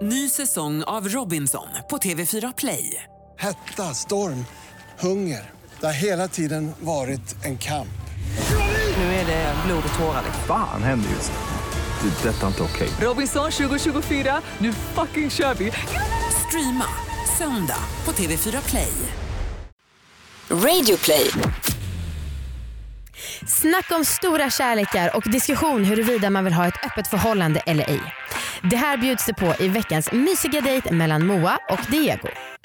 Ny säsong av Robinson på TV4 Play. Hetta, storm, hunger. Det har hela tiden varit en kamp. Nu är det blod och tårar. Fan händer just nu. Det. Detta är inte okej. Robinson 2024, nu fucking kör vi. Streama söndag på TV4 Play. Radio Play. Snack om stora kärlekar och diskussion huruvida man vill ha ett öppet förhållande eller ej. Det här bjuds det på i veckans mysiga dejt mellan Moa och Diego.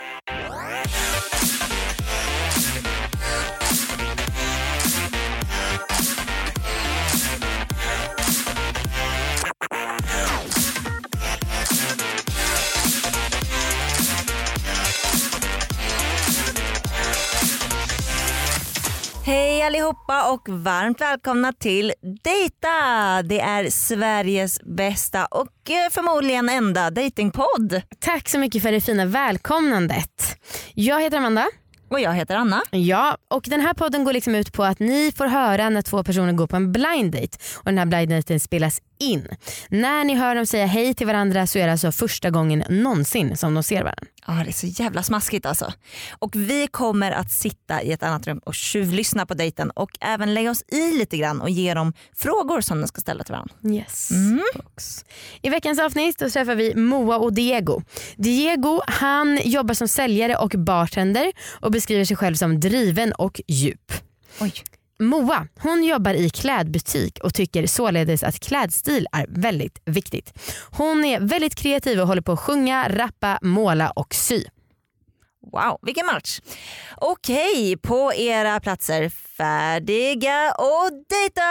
Hej allihopa och varmt välkomna till Dejta. Det är Sveriges bästa och förmodligen enda datingpodd. Tack så mycket för det fina välkomnandet. Jag heter Amanda. Och jag heter Anna. Ja, och den här podden går liksom ut på att ni får höra när två personer går på en blind date. Och den här blind daten spelas in. När ni hör dem säga hej till varandra så är det alltså första gången någonsin som de ser varandra. Ja, det är så jävla smaskigt alltså. Och vi kommer att sitta i ett annat rum och tjuvlyssna på dejten och även lägga oss i lite grann och ge dem frågor som de ska ställa till varandra. Yes. I veckans avsnitt då träffar vi Moa och Diego. Diego, han jobbar som säljare och bartender och beskriver sig själv som driven och djup. Oj. Moa, hon jobbar i klädbutik och tycker således att klädstil är väldigt viktigt. Hon är väldigt kreativ och håller på att sjunga, rappa, måla och sy. Wow, vilken match. Okej, på era platser, färdiga och dejta!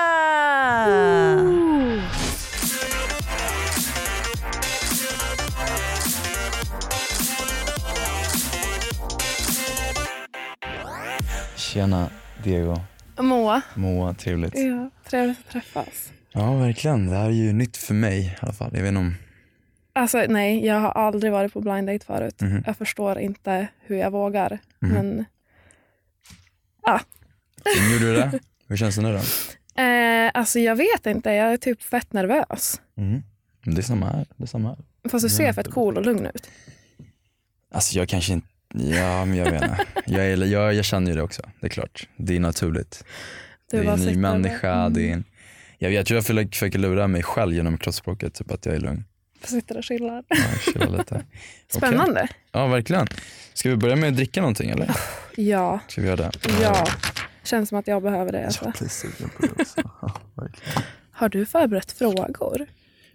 Tjena Diego. Moa, trevligt. Ja, trevligt att träffas. Ja, verkligen. Det här är ju nytt för mig i alla fall. Jag vet inte om... Alltså nej, jag har aldrig varit på blind date förut. Jag förstår inte hur jag vågar. Men ja. Gjorde du det? Hur känns det nu då? Alltså jag vet inte, jag är typ fett nervös. Det är samma här. Fast du ser fett cool och lugn ut. Alltså jag kanske inte... Ja, men jag vet inte. Jag känner ju det också, det är klart. Det är naturligt. Det är en ny människa. Det är en... Jag tror jag försöker lura mig själv genom kroppsspråket, typ att jag är lugn. Jag sitter och chillar. Ja, chillar lite. Spännande. Okay. Ja, verkligen. Ska vi börja med att dricka någonting, eller? Ja. Ska vi göra det? Ja. Känns som att jag behöver det. Alltså. Ja, precis. Verkligen. Har du förberett frågor?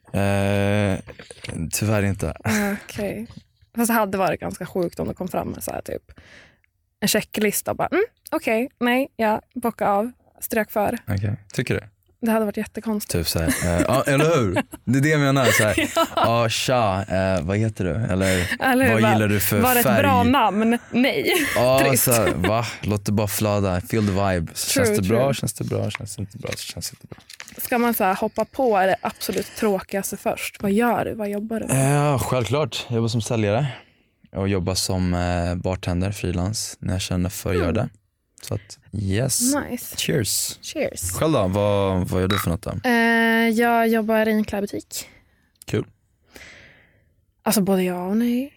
Tyvärr inte. Okej. Fast det hade varit ganska sjukt om det kom fram med så här typ en checklista och bara okej, nej, jag bockar av, strök för. Okej, tycker du? Det hade varit jättekonstigt. Typ såhär, ja, eller hur? Det är det jag menar, såhär, tja, vad heter du? Eller vad gillar du för färg? Var det ett bra namn? Nej. Ja, såhär, va? Låt det bara flöda, feel the vibe. Känns det bra? Känns det bra? Känns det inte bra? Känns det inte bra? Ska man så här hoppa på det absolut tråkigaste först? Vad gör du? Vad jobbar du med? Ja, självklart. Jag jobbar som säljare. Och jobbar som bartender, frilans, när jag känner för att göra det. Så att, yes. Nice. Cheers. Cheers. Själv då? Vad gör du för något då? Jag jobbar i en klädbutik. Kul. Alltså både ja och nej.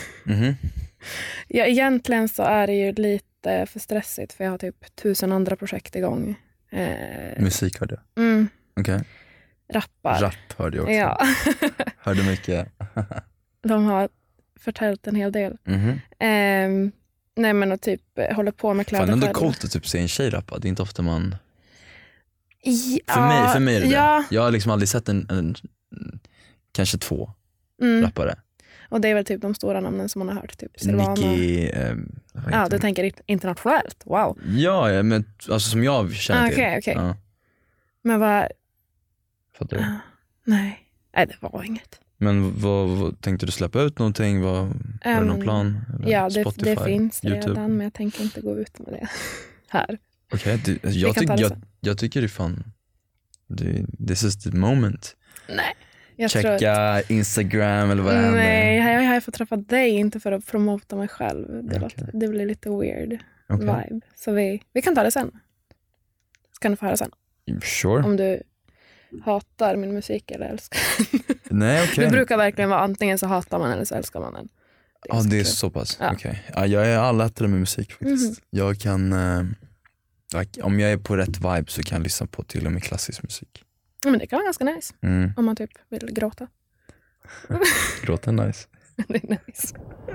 Ja, egentligen så är det ju lite för stressigt för jag har typ 1000 andra projekt igång. Musik hörde jag. Okej. Rappar. Rapp hörde jag också. Ja. Hörde mycket. De har förtält en hel del. Nej men och typ håller på med kläder. Fan, det är ändå coolt att typ se en tjej rappa. Det är inte ofta man... För mig är det det. Jag har liksom aldrig sett en kanske 2 rappare. Och det är väl typ de stora namnen som man har hört. Typ Silvana. Nicki... ja, du tänker internationellt. Wow. Ja, men alltså som jag känner till. Okej. Ja. Men vad... Fattar du? Nej, det var inget. Men vad tänkte du släppa ut någonting? Var det någon plan? Eller ja, Spotify, det finns YouTube? redan, men jag tänker inte gå ut med det här. Okej, jag tycker det är fan... This is the moment. Nej. Checka Instagram eller vad det är. Nej, jag har fått träffa dig inte för att promota mig själv. Det blir lite weird vibe. Så vi kan ta det sen. Ska du få höra sen? Sure. Om du hatar min musik eller älskar. Nej, okej. Det brukar verkligen vara antingen så hatar man eller så älskar man den. Ja, det är så pass. Ja. Okej. Ja, jag är allättare med musik faktiskt. Jag kan, om jag är på rätt vibe så kan jag lyssna på till och med klassisk musik. Ja, men det kan vara ganska nice. Om man typ vill gråta. Gråta nice. Det är nice.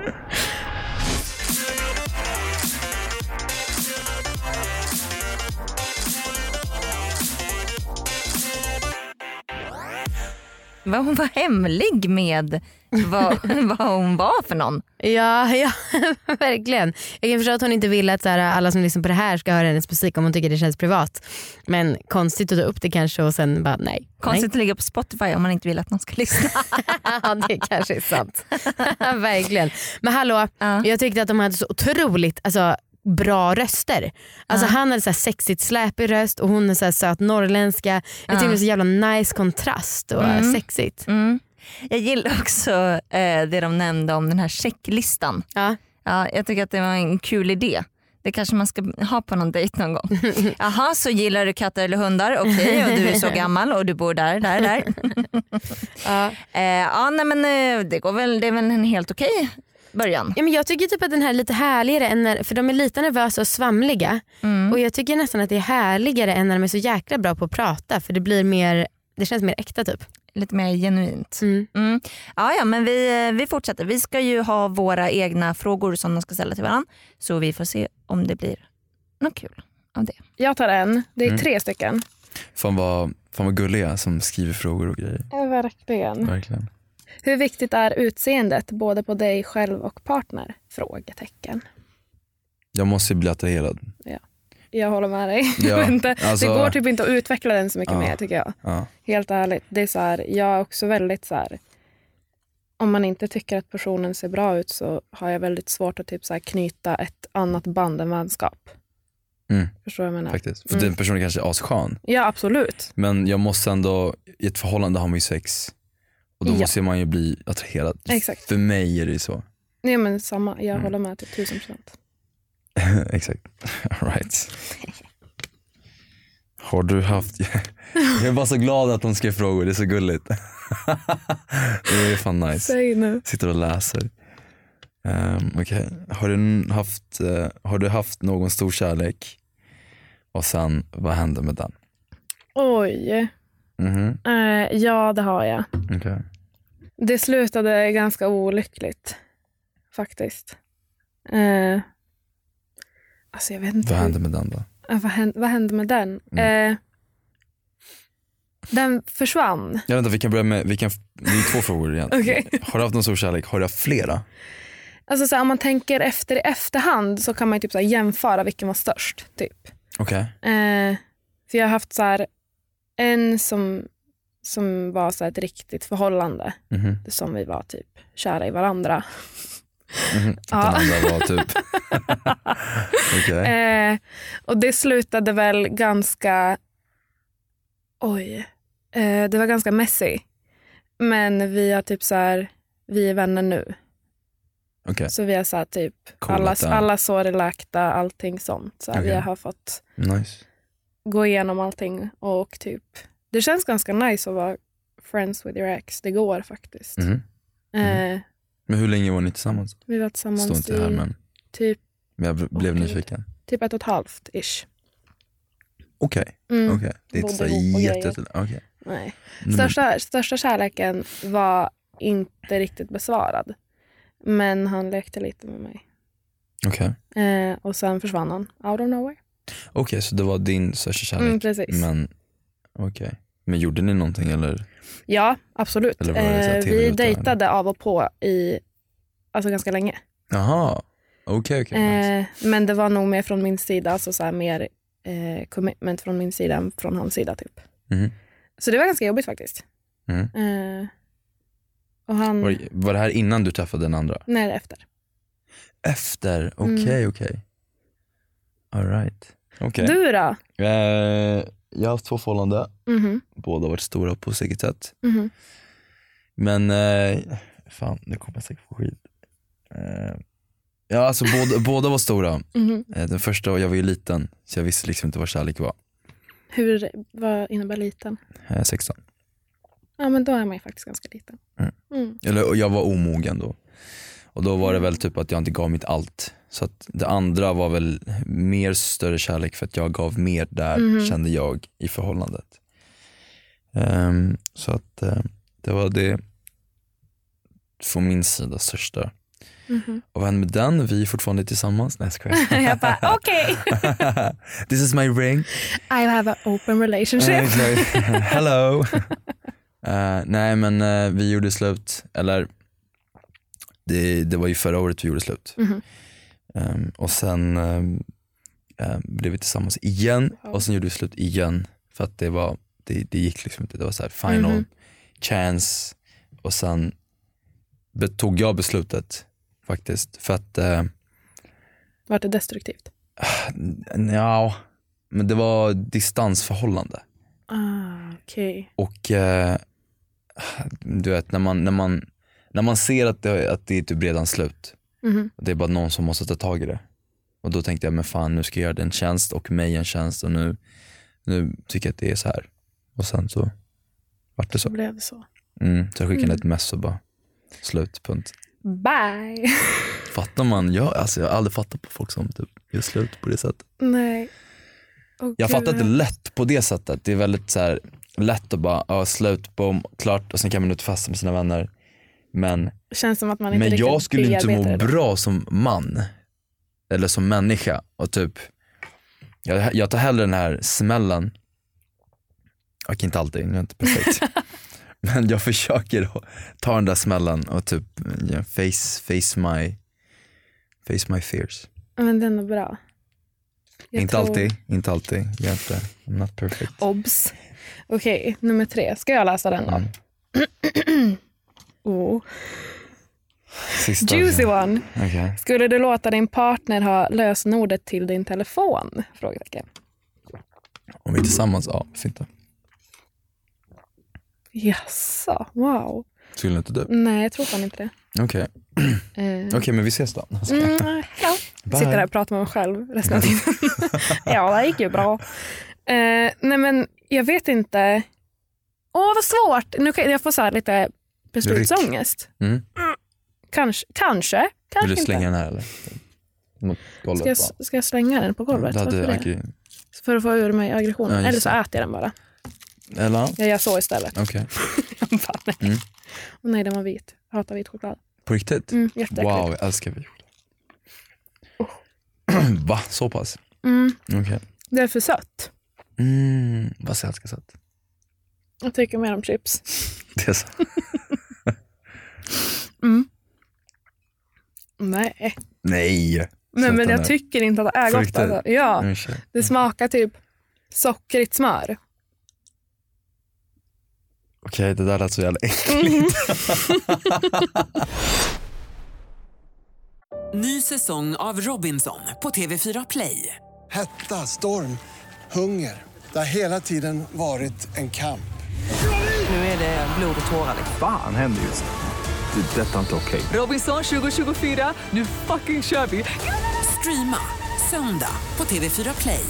Vad hon var hemlig med vad hon var för någon. Ja, verkligen. Jag kan förstå att hon inte vill att så här, alla som lyssnar på det här ska höra hennes musik om hon tycker det känns privat. Men konstigt att ta upp det kanske och sen bara nej. Konstigt att ligga på Spotify om man inte vill att någon ska lyssna. Ja, det kanske är sant. Verkligen. Men hallå, jag tyckte att de hade så otroligt bra röster. Alltså han hade så här sexigt släpig röst och hon är så här söt norrländska. Jag tycker det var så jävla nice kontrast och sexigt. Jag gillar också det de nämnde om den här checklistan. Ja, jag tycker att det var en kul idé. Det kanske man ska ha på någon dejt någon gång. Jaha, så gillar du katter eller hundar? Okej, och du är så gammal och du bor där. Nej, men det är väl en helt okej början. Ja, men jag tycker typ att den här är lite härligare än för de är lite nervösa och svamliga. Och jag tycker nästan att det är härligare än när de är så jäkla bra på att prata, för det känns mer äkta typ. Lite mer genuint. Ja, men vi fortsätter. Vi ska ju ha våra egna frågor som de ska ställa till varandra. Så vi får se om det blir något kul av det. Jag tar en. Det är 3 stycken. Fan vad gulliga som skriver frågor och grejer. Ja, verkligen. Hur viktigt är utseendet både på dig själv och partner? Frågetecken. Jag måste bli attraherad. Ja. Jag håller med dig. Ja, det går typ inte att utveckla den så mycket mer tycker jag. Helt ärligt. Det är så här, jag är också väldigt så här, om man inte tycker att personen ser bra ut så har jag väldigt svårt att typ så här knyta ett annat band än vänskap. Förstår jag menar? Faktiskt. För den personen kanske är asskön. Ja, absolut. Men jag måste ändå, i ett förhållande har man ju sex. Och då måste man ju bli attraherad. Exakt. För mig är det så. Nej, men samma. Jag håller med till 1000%. Exakt. All right. Har du haft... Jag är bara så glad att de skrev frågor. Det är så gulligt. Det är fan nice. Säg nu. Sitter och läser. Okej. Har du haft någon stor kärlek? Och sen, vad hände med den? Oj. Ja, det har jag. Okay. Det slutade ganska olyckligt. Faktiskt. Alltså jag vet inte. Vad hände med den då? Vad hände med den? Den försvann. Jag vet inte, vi kan börja med, det är 2 frågor igen. Okay. Har du haft någon stor kärlek? Har du haft flera? Alltså så här, om man tänker efter i efterhand så kan man ju typ så här jämföra vilken var störst typ. Okej. För jag har haft så här en som var så här ett riktigt förhållande som vi var typ kära i varandra. Den andra var typ okay. Och det slutade väl ganska det var ganska messy. Men vi har typ så här, vi är vänner nu. Okay. Så vi har så här typ alla sår är läkta, allting sånt. Så vi har fått gå igenom allting och typ det känns ganska nice att vara friends with your ex. Det går faktiskt. Men hur länge var ni tillsammans? Vi var tillsammans Står inte här, men typ... Men jag blev nyfiken. Typ 1,5-ish. Okej. Det är inte så jätte... Nej. Största kärleken var inte riktigt besvarad. Men han lekte lite med mig. Och sen försvann han. Out of nowhere. Okej, så det var din största kärlek. Precis. Men Men gjorde ni någonting eller? Ja, absolut. Vi dejtade av och på i ganska länge. Jaha, okej. Nice. Men det var nog mer från min sida, alltså så här mer commitment från min sida än från hans sida typ. Så det var ganska jobbigt faktiskt. Och han... Var det här innan du träffade den andra? Nej, det efter. Efter? Okej. All right. Okay. Du då? Jag har haft 2 förhållanden. Båda har varit stora på säkert sätt. Men fan, det kommer jag säkert få skit. Ja, alltså båda var stora. Den första, jag var ju liten, så jag visste liksom inte vad kärlek var. Vad innebär liten? 16. Ja, men då är man ju faktiskt ganska liten. Eller, jag var omogen då. Och då var det väl typ att jag inte gav mitt allt. Så att det andra var väl mer större kärlek för att jag gav mer där, kände jag, i förhållandet. Så att det var det från min sida största. Och vad hände med den? Vi är fortfarande tillsammans. Nej, ska jag bara, okej. This is my ring. I have an open relationship. Hello. Nej, men vi gjorde slut. Eller det var ju förra året vi gjorde slut. Och sen blev vi tillsammans igen. Och sen gjorde vi slut igen. För att det gick liksom inte. Det var så här final chance. Och sen tog jag beslutet faktiskt. För att var det destruktivt? Ja, men det var distansförhållande. Okej. Och du vet, när man ser att det är typ redan slut. Det är bara någon som måste ta tag i det. Och då tänkte jag, men fan, nu ska jag göra den tjänst och mig en tjänst. Och nu tycker jag att det är så här. Och sen så vart det så. Blev det så. Så jag skickade ett mess och bara slut, punkt. Bye. Fattar man? Jag har aldrig fattat på folk som typ gör slut på det sättet. Nej. Jag fattar inte lätt på det sättet. Det är väldigt så här lätt att bara slut, bom, klart. Och sen kan man ut fast med sina vänner. Men känns som att man inte jag skulle inte må bra som man. Eller som människa. Och typ jag tar hellre den här smällen. Jag inte alltid, jag är inte perfekt. Men jag försöker ta den där smällen och typ face my fears. Men den är bra. Inte alltid. Jag är inte, I'm not perfect. Obs. Okej, nummer 3. Ska jag läsa den då? Juicy one. Okay. Skulle du låta din partner ha lösenordet till din telefon? Frågetecken. Om vi är tillsammans, ja, fint det. Jaså, wow. Skulle inte du? Nej, jag tror fan inte det. Okej, men vi ses då. Ja. Sitter där och pratar med mig själv resten av tiden. Ja, det gick ju bra. Nej, men jag vet inte. Vad svårt. Nu kan jag få så här lite beslutsångest. Kanske vill du slänga den här eller? Mot golvet, ska jag slänga den på golvet? För att få ur mig aggressionen. Eller så äter jag den bara. Eller? Jag gör så istället. Okej. Nej, den var vit. Jag hatar vit choklad. På riktigt? Jätteäckligt. Wow, jag älskar vit choklad. Va? Så pass? Okay. Det är för sött. Vad ska jag älska sött? Jag tycker mer om chips. Det är så. Nej. Nej, men jag tycker inte att det är gott. Alltså. Ja, det smakar typ sockrigt smör. Okej, det där lät så jävla äckligt. Ny säsong av Robinson på TV4 Play. Hetta, storm, hunger. Det har hela tiden varit en kamp. Nu är det blod och tårar. Fan händer just det. Detta är inte okej. Robinson 2024, nu fucking kör vi. Streama söndag på TV4 Play.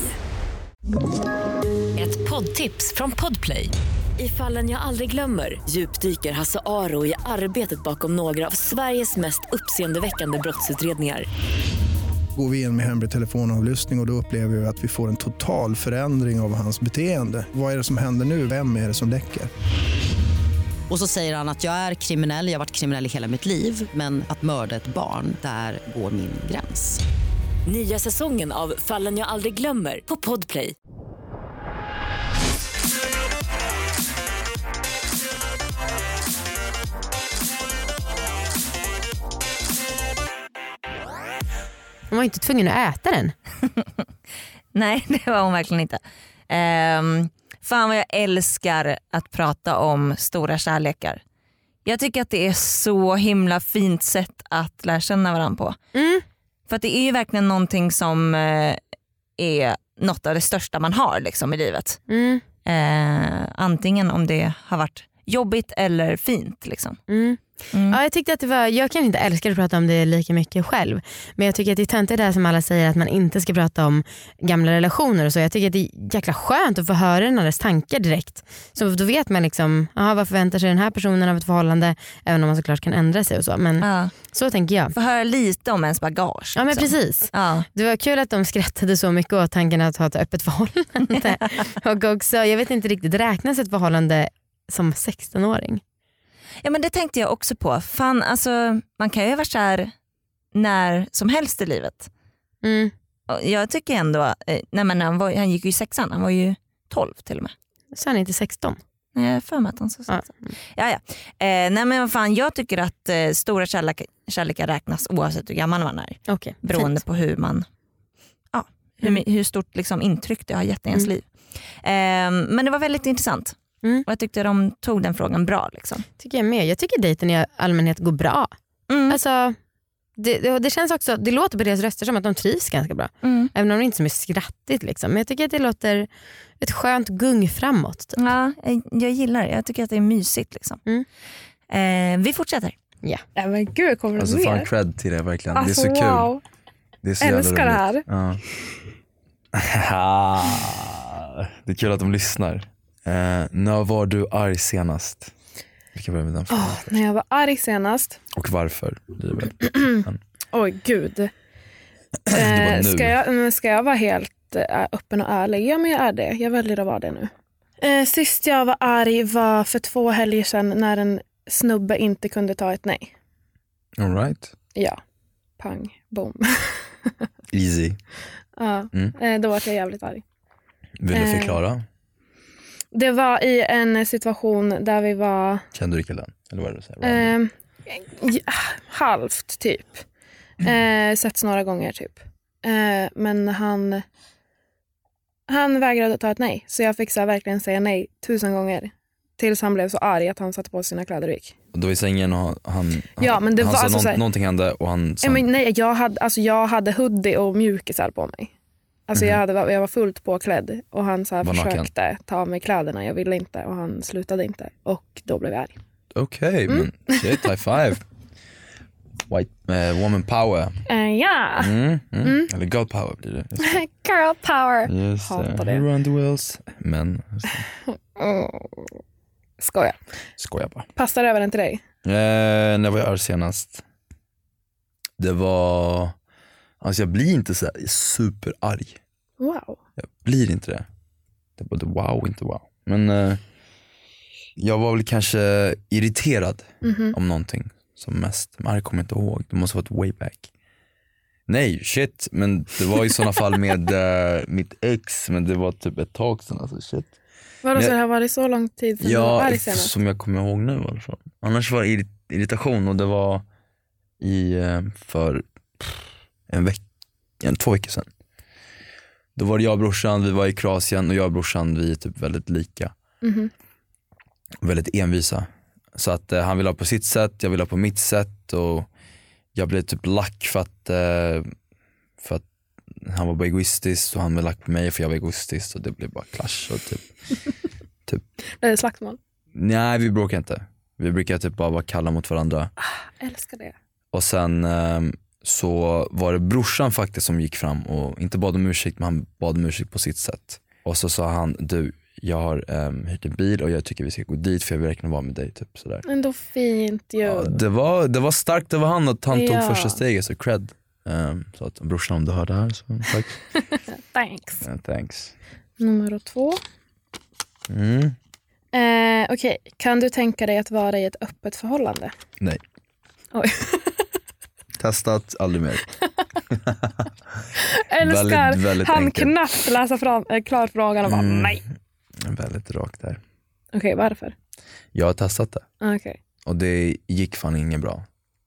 Ett poddtips från Podplay. I Fallen jag aldrig glömmer djupdyker Hasse Aro i arbetet bakom några av Sveriges mest uppseendeväckande brottsutredningar. Går vi in med hemlig telefonavlyssning och då upplever vi att vi får en total förändring av hans beteende. Vad är det som händer nu? Vem är det som läcker? Och så säger han att jag är kriminell, jag har varit kriminell i hela mitt liv. Men att mörda ett barn, där går min gräns. Nya säsongen av Fallen jag aldrig glömmer på Podplay. Hon var inte tvungen att äta den. Nej, det var hon verkligen inte. Fan vad jag älskar att prata om stora kärlekar. Jag tycker att det är så himla fint sätt att lära känna varandra på. För att det är ju verkligen någonting som är något av det största man har liksom, i livet. Antingen om det har varit jobbigt eller fint. Liksom. Ja, jag tyckte att det var, jag kan inte älska att prata om det lika mycket själv, men jag tycker att det är töntigt det där som alla säger att man inte ska prata om gamla relationer och så. Jag tycker att det är jäkla skönt att få höra den andras tankar direkt, så då vet man liksom, vad förväntar sig den här personen av ett förhållande, även om man såklart kan ändra sig och så, men så tänker jag. Få höra lite om ens bagage. Ja, men precis. Det var kul att de skrattade så mycket åt tanken att ha ett öppet förhållande. Och också, jag vet inte riktigt, räknas ett förhållande som 16-åring? Ja, men det tänkte jag också på. Fan, alltså, man kan ju vara kär när som helst i livet. Jag tycker ändå, han gick ju i 6an, han var ju 12 till och med. Så han är inte 16? Nej, jag för mig att han sa 16. Nej, men fan, jag tycker att stora kärlekar räknas oavsett hur gammal man är. Okay, beroende på hur man, hur stort liksom intryck det har gett i ens liv. Men det var väldigt intressant. Och jag tyckte de tog den frågan bra. Liksom. Tycker jag med. Jag tycker dejten i allmänhet går bra. Alltså, det känns också, det låter på deras röster som att de trivs ganska bra. Även om det inte är så skrattigt. Liksom. Men jag tycker att det låter ett skönt gung framåt. Typ. Ja, jag gillar det. Jag tycker att det är mysigt. Liksom. Vi fortsätter. Ja. Men gud, kommer alltså, det mer? Fan cred till det verkligen. Alltså, det är så wow. kul. Det är så älskar det här. Ja. Det är kul att de lyssnar. När var du arg senast? Vi kan börja med den frågan. När jag var arg senast. Och varför? Oj, gud. Ska jag vara helt öppen och ärlig? Ja, men jag är det. Jag väljer att vara det nu. Sist jag var arg var för 2 helger sedan när en snubbe inte kunde ta ett nej. All right. Ja. Pang. Boom. Easy. Ja. Då var jag jävligt arg. Vill du förklara? Det var i en situation där vi var... Kände du killen? Eller vad är det halvt typ. Setts några gånger typ. Men han vägrade att ta ett nej. Så jag fick så verkligen säga nej 1000 gånger. Tills han blev så arg att han satte på sina kläder och gick. Då i sängen och men det han var sa alltså någonting hände och han... Nej, jag hade hoodie och mjukisar på mig. Alltså jag var fullt påklädd och han så här försökte ta av mig kläderna. Jag ville inte och han slutade inte. Och då blev jag arg. Okej, men shit, high five. White woman power. Ja. Eller girl power blir det. Girl power. Just hatar det. Around the wheels. Men. Skoja bara. Passar över den till dig? När var jag arg senast? Det var... Alltså jag blir inte så här superarg. Wow. Jag blir inte det. Det är både wow och inte wow. Men jag var väl kanske irriterad om någonting som mest. Men jag kommer inte ihåg. Det måste ha varit way back. Nej, shit. Men det var i sådana fall med mitt ex. Men det var typ ett tag sedan. Alltså shit. Vadå, så det har varit så lång tid sedan du var arg senast? Som jag kommer ihåg nu i alla fall. Annars var det irritation och det var för 2 veckor sedan. Då var det jag och brorsan, vi var i Kroatien och jag och brorsan, vi är typ väldigt lika. Väldigt envisa. Så att han ville ha på sitt sätt, jag ville ha på mitt sätt och jag blev typ lack för att han var bara egoistisk och han blev lack på mig för jag var egoistisk och det blev bara clash och typ. Är det slagsmål? Nej, vi bråkar inte. Vi brukar typ bara vara kalla mot varandra. Älskar det. Och sen så var det brorsan faktiskt som gick fram och inte bad om ursäkt, men han bad om ursäkt på sitt sätt. Och så sa han, du, jag har hyrt en bil och jag tycker vi ska gå dit för jag vill verkligen vara med dig typ sådär. Ändå fint ju. Ja, det var starkt av han att han tog första steget, så cred. Så att brorsan, om du hör det här så tack. Thanks. Thanks. Nummer 2. Okej, kan du tänka dig att vara i ett öppet förhållande? Nej. Oj. Testat, aldrig mer. Älskar väldigt han enkelt. knappt läsa klart frågan och bara nej. Väldigt rakt där. Okej, varför? Jag har testat det. Okay. Och det gick fan inget bra.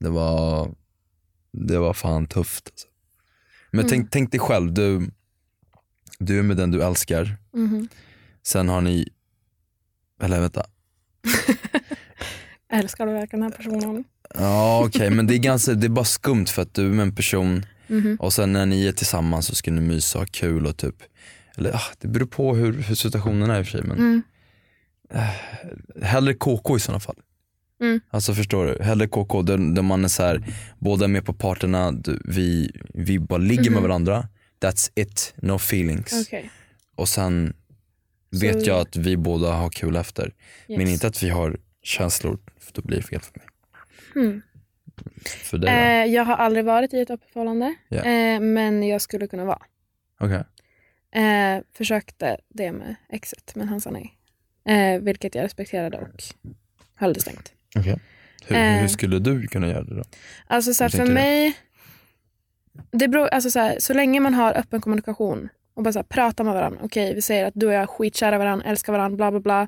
Det var fan tufft alltså. Men tänk dig själv, du är med den du älskar. Sen har ni, eller vänta. Älskar du verkligen den här personen? Ja, okej, men det är bara skumt för att du är med en person och sen när ni är tillsammans så ska ni mysa och ha kul och typ, eller det beror på hur situationen är i och för sig, men hellre KK i sådana fall. Alltså förstår du, hellre KK där man är så här, båda är med på parterna, vi bara ligger med varandra. That's it, no feelings. Okay. Och sen vet jag att vi båda har kul efter. Yes. Men inte att vi har känslor, för då blir det fel för mig. För dig, jag har aldrig varit i ett öppet förhållande. Men jag skulle kunna vara. Okay. Försökte det med exet, men han sa nej. Vilket jag respekterade och höll det stängt. Okay. Hur skulle du kunna göra det då? Alltså så här, för mig det beror, alltså så länge man har öppen kommunikation och bara så här, prata med varandra. Okej, vi säger att du och jag är skitkära varandra, älskar varandra, bla bla bla.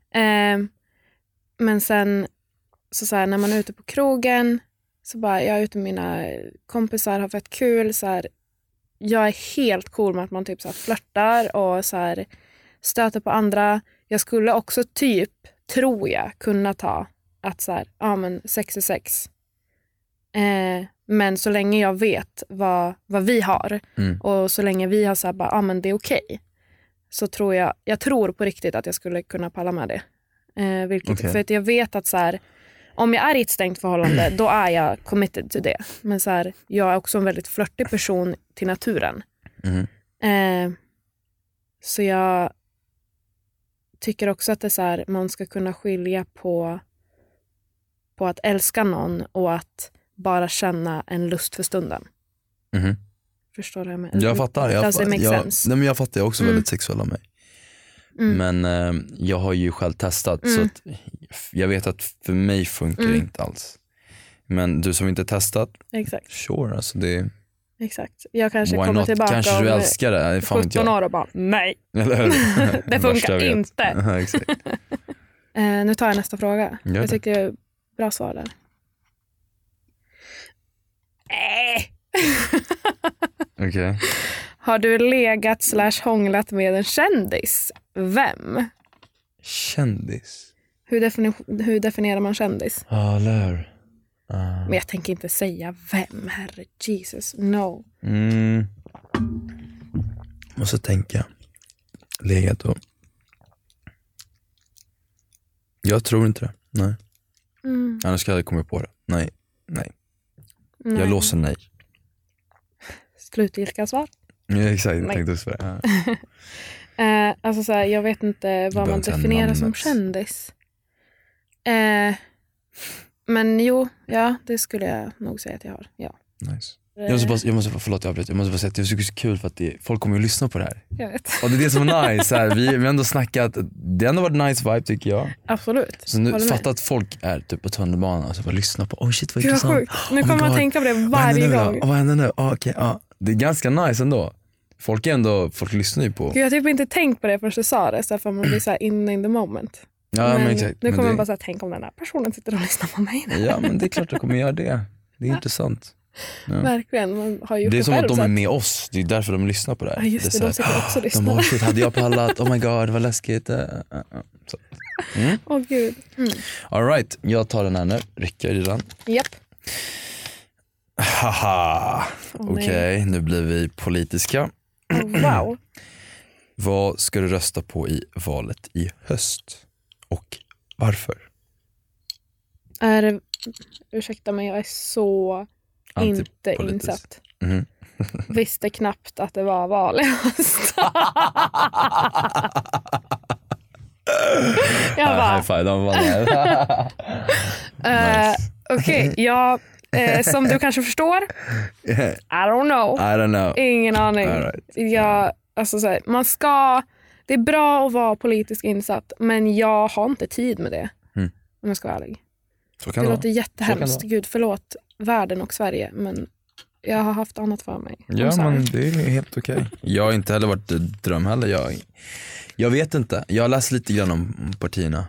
Men sen så här, när man är ute på krogen så bara, jag är ute med mina kompisar, har fett kul så här, jag är helt cool med att man typ så här flörtar och så här stöter på andra. Jag skulle också typ, tror jag, kunna ta att så här, men sex är sex. Men så länge jag vet vad vi har och så länge vi har så här bara, men det är okej. Så tror jag tror på riktigt att jag skulle kunna palla med det. För att jag vet att så här, om jag är i ett stängt förhållande, då är jag committed till det. Men så här, jag är också en väldigt flörtig person till naturen. Så jag tycker också att det är så här, man ska kunna skilja på att älska någon och att bara känna en lust för stunden. Förstår du? Jag fattar. Jag fattar, jag är också väldigt sexuell av mig. Men jag har ju själv testat så att jag vet att för mig funkar det inte alls. Men du som inte testat, exakt. Sure, alltså det. Exakt. Jag kanske kommer tillbaka kanske du älskar det. 17 år och bara, nej. Det funkar inte. Exakt. Nu tar jag nästa fråga. Jag tycker det är bra svar där. Okej. Har du legat / hånglat med en kändis? Vem? Kändis? Hur definierar man kändis? Eller Men jag tänker inte säga vem, herre Jesus, no. Måste tänka. Legat då. Jag tror inte det, nej. Annars skulle jag komma på det. Nej. Jag låser nej. Slutgiltiga svar? Ja, exakt, jag tänkte så här. Alltså så här, jag vet inte vad man definierar som kändis. Men jo, ja, det skulle jag nog säga att jag har. Ja. Nice. Jag måste bara säga att det är så kul för att folk kommer ju lyssna på det här. Jag vet. Och det är det som är nice här. Vi har ändå snackat, det har ändå varit nice vibe tycker jag. Absolut. Så nu fattar att folk är typ på tunnelbanan och så bara lyssna på, shit vad intressant. Sjukt. Nu kommer man tänka på det varje gång. Vad händer nu? Det är ganska nice ändå. Folk lyssnar ju på. Jag har typ inte tänkt på det förrän du sa det, så för man blir så här in the moment. Ja, men exakt. Nu kommer man bara så här, tänk om den här personen sitter och lyssnar på mig. Ja, men det är klart att jag kommer göra det. Det är intressant. Ja. Verkligen, man har gjort det är som själv, att de är med oss. Det är därför de lyssnar på det här. Ja, just det, de sitter också och lyssnar. Shit, hade jag pallat, oh my god, det var läskigt. Åh gud. All right, jag tar den här nu. Rickard i den. Japp. Haha. Okej, nu blir vi politiska. Wow. Vad ska du rösta på i valet i höst? Och varför? Ursäkta mig, jag är så inte insatt. Visste knappt att det var val i höst. Jag bara... High five, de var Okej, jag... som du kanske förstår, I don't know. Ingen aning. Right. Alltså så här, det är bra att vara politiskt insatt, men jag har inte tid med det. Om jag ska vara ärlig. Det låter jättehemskt. Gud, förlåt världen och Sverige, men jag har haft annat för mig. Ja, men det är helt okej. Jag har inte heller varit dröm heller. Jag vet inte. Jag har läst lite grann om partierna.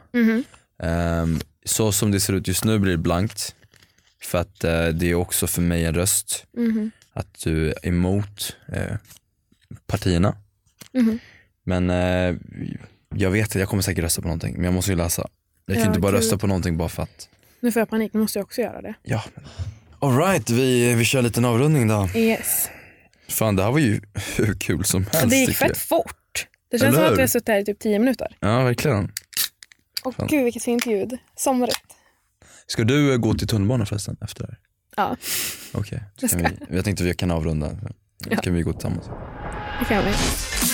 Så som det ser ut just nu blir det blankt. För att det är också för mig en röst. Att du är emot partierna. Men jag vet att jag kommer säkert rösta på någonting. Men jag måste ju läsa. Jag kan inte bara rösta på någonting bara för att. Nu får jag panik, nu måste jag också göra det. Ja. All right, vi kör en liten avrundning då. Yes. Fan, det här var ju hur kul som helst. Det gick fett fort. Det känns som att vi har suttit här i typ 10 minuter. Ja, verkligen. Gud, vilket fint ljud. Somrigt. Ska du gå till tunnelbanan förresten efter det här? Ja. Okej. Jag tänkte vi kan avrunda. Kan vi gå tillsammans? Det kan vi.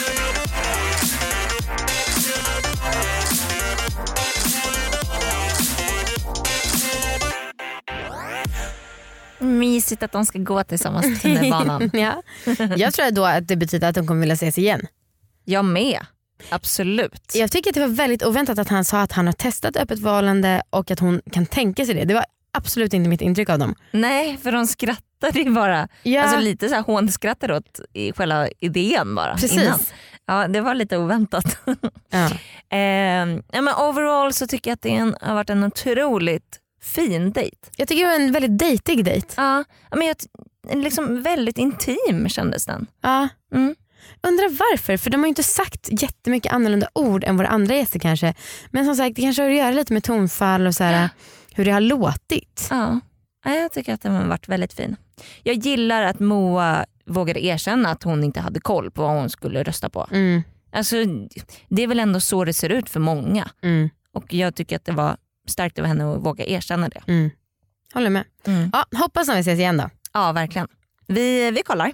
Mysigt att de ska gå tillsammans till tunnelbanan. Ja. Jag tror då att det betyder att de kommer vilja ses igen. Jag med. Absolut. Jag tycker att det var väldigt oväntat att han sa att han har testat öppet förhållande och att hon kan tänka sig det. Det var absolut inte mitt intryck av dem. Nej, för de skrattade ju bara. Ja. Alltså lite så här hånskrattade åt i själva idén bara. Precis. Innan. Ja, det var lite oväntat. Ja. Men overall så tycker jag att det har varit en otroligt fin dejt. Jag tycker det var en väldigt dejtig dejt. Ja, men liksom väldigt intim kändes den. Ja. Mm. Undrar varför, för de har ju inte sagt jättemycket annorlunda ord än våra andra gäster kanske. Men som sagt, det kanske har att göra lite med tonfall och så här, hur det har låtit. Ja, jag tycker att den har varit väldigt fin. Jag gillar att Moa vågade erkänna att hon inte hade koll på vad hon skulle rösta på. Mm. Alltså, det är väl ändå så det ser ut för många. Mm. Och jag tycker att det var starkt av henne att våga erkänna det. Mm. Håller med. Mm. Ja, hoppas att vi ses igen då. Ja, verkligen. Vi kollar.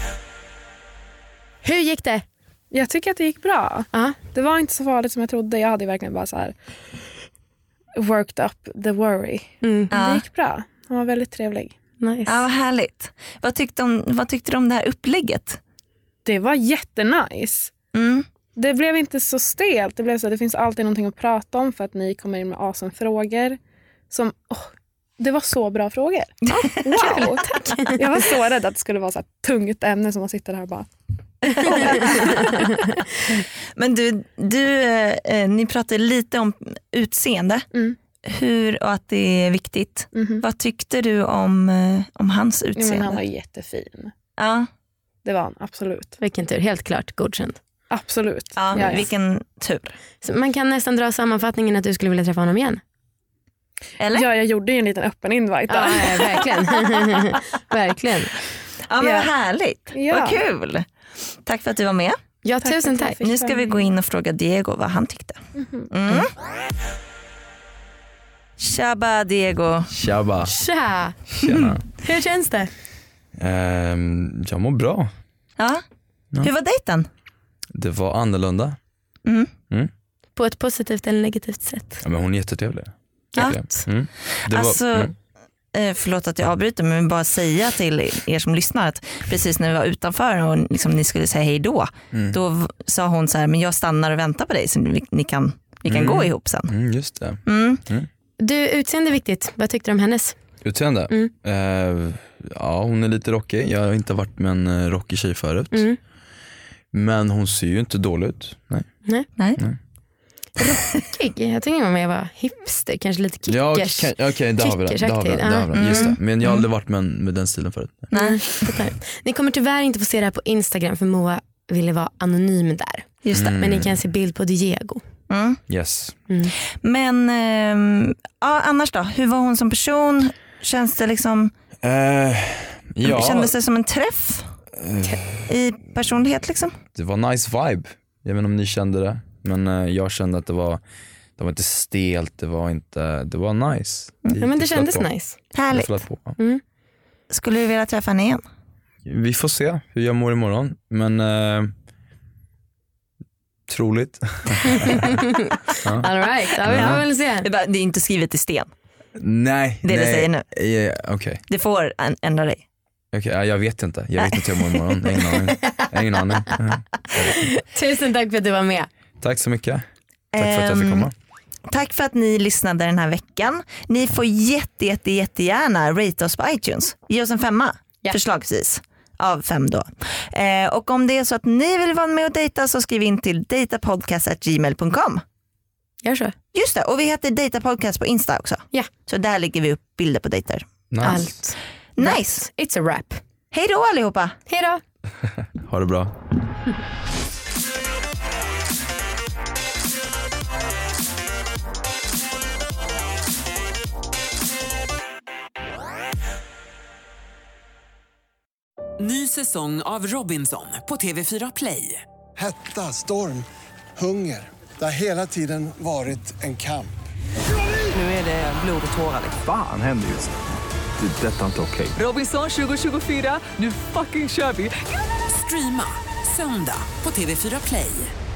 Hur gick det? Jag tycker att det gick bra. Det var inte så farligt som jag trodde. Jag hade verkligen bara så här worked up the worry. Mm. Det gick bra. Han var väldigt trevlig. Nice. Ja, vad härligt. Vad tyckte du om det här upplägget? Det var jättenice. Mm. Det blev inte så stelt. Det blev så att det finns alltid någonting att prata om för att ni kommer in med awesome frågor. Det var så bra frågor. Wow. Jag var så rädd att det skulle vara så här tungt ämne som man sitter här och bara... Men ni pratade lite om utseende. Mm. Och att det är viktigt. Mm-hmm. Vad tyckte du om hans utseende? Men han var jättefin. Ja. Det var han, absolut. Vilken tur, helt klart godkänd. Absolut. Ja, vilken tur. Så man kan nästan dra sammanfattningen att du skulle vilja träffa honom igen. Eller? Ja, jag gjorde ju en liten öppen invite. Ja, verkligen. Verkligen. Ja, men vad härligt. Ja. Vad kul. Tack för att du var med. Ja, tusen tack. Nu ska vi gå in och fråga Diego vad han tyckte. Mm. Tjaba Diego. Tjaba. Tja. Tjena. Hur känns det? Jag mår bra. Ja. Hur var dejten? Det var annorlunda. Mm. På ett positivt eller negativt sätt? Ja, men hon är jättetrevlig. Ja. Förlåt att jag avbryter, men bara säga till er som lyssnar att precis när vi var utanför och liksom ni skulle säga hej då sa hon så här, men jag stannar och väntar på dig så vi kan gå ihop sen. Just det. Du, utseende är viktigt. Vad tyckte du om hennes? Utseende? Ja, hon är lite rockig. Jag har inte varit med en rockig tjej förut. Men hon ser ju inte dålig ut. Nej. Rockig? Jag tänkte att jag var hipster, kanske lite kickers. Ja, okej, där har vi det. Just det. Men jag har aldrig varit med den stilen förut. Nej. Ni kommer tyvärr inte få se det här på Instagram för Moa ville vara anonym där. Just det. Men ni kan se bild på Diego. Yes. Men annars då? Hur var hon som person? Känns det liksom kändes det som en träff i personlighet liksom? Det var nice vibe. Jag vet inte om ni kände det. Men jag kände att det var inte stelt, det var nice. Ja, men det kändes nice. Härligt. Skulle du vilja träffa henne igen? Vi får se hur jag mår imorgon. Men troligt. All right, jag vill se. Det är inte skrivet i sten. Nej. Det säger nu. Okay. Det får ändra dig. Okej, jag vet inte. Jag vet inte hur jag mår imorgon. Ingen aning. Tusen tack för att du var med. Tack så mycket. Tack för att jag fick komma. Tack för att ni lyssnade den här veckan. Ni får jättegärna rate oss på iTunes. Ge oss en 5 förslagsvis. Av 5 då. Och om det är så att ni vill vara med och dejta så skriv in till datapodcast@gmail.com. Gör så. Just det, och vi heter Datapodcast på Insta också. Ja. Så där lägger vi upp bilder på dejter. Nice. Allt. Nice. It's a wrap. Hej då allihopa. Hej då. Ha det bra. Ny säsong av Robinson på TV4 Play. Hetta, storm, hunger. Det har hela tiden varit en kamp. Nu är det blod och tårar. Fan händer just det. Det är detta inte okej. Robinson 2024, nu fucking kör vi! Streama söndag på TV4 Play.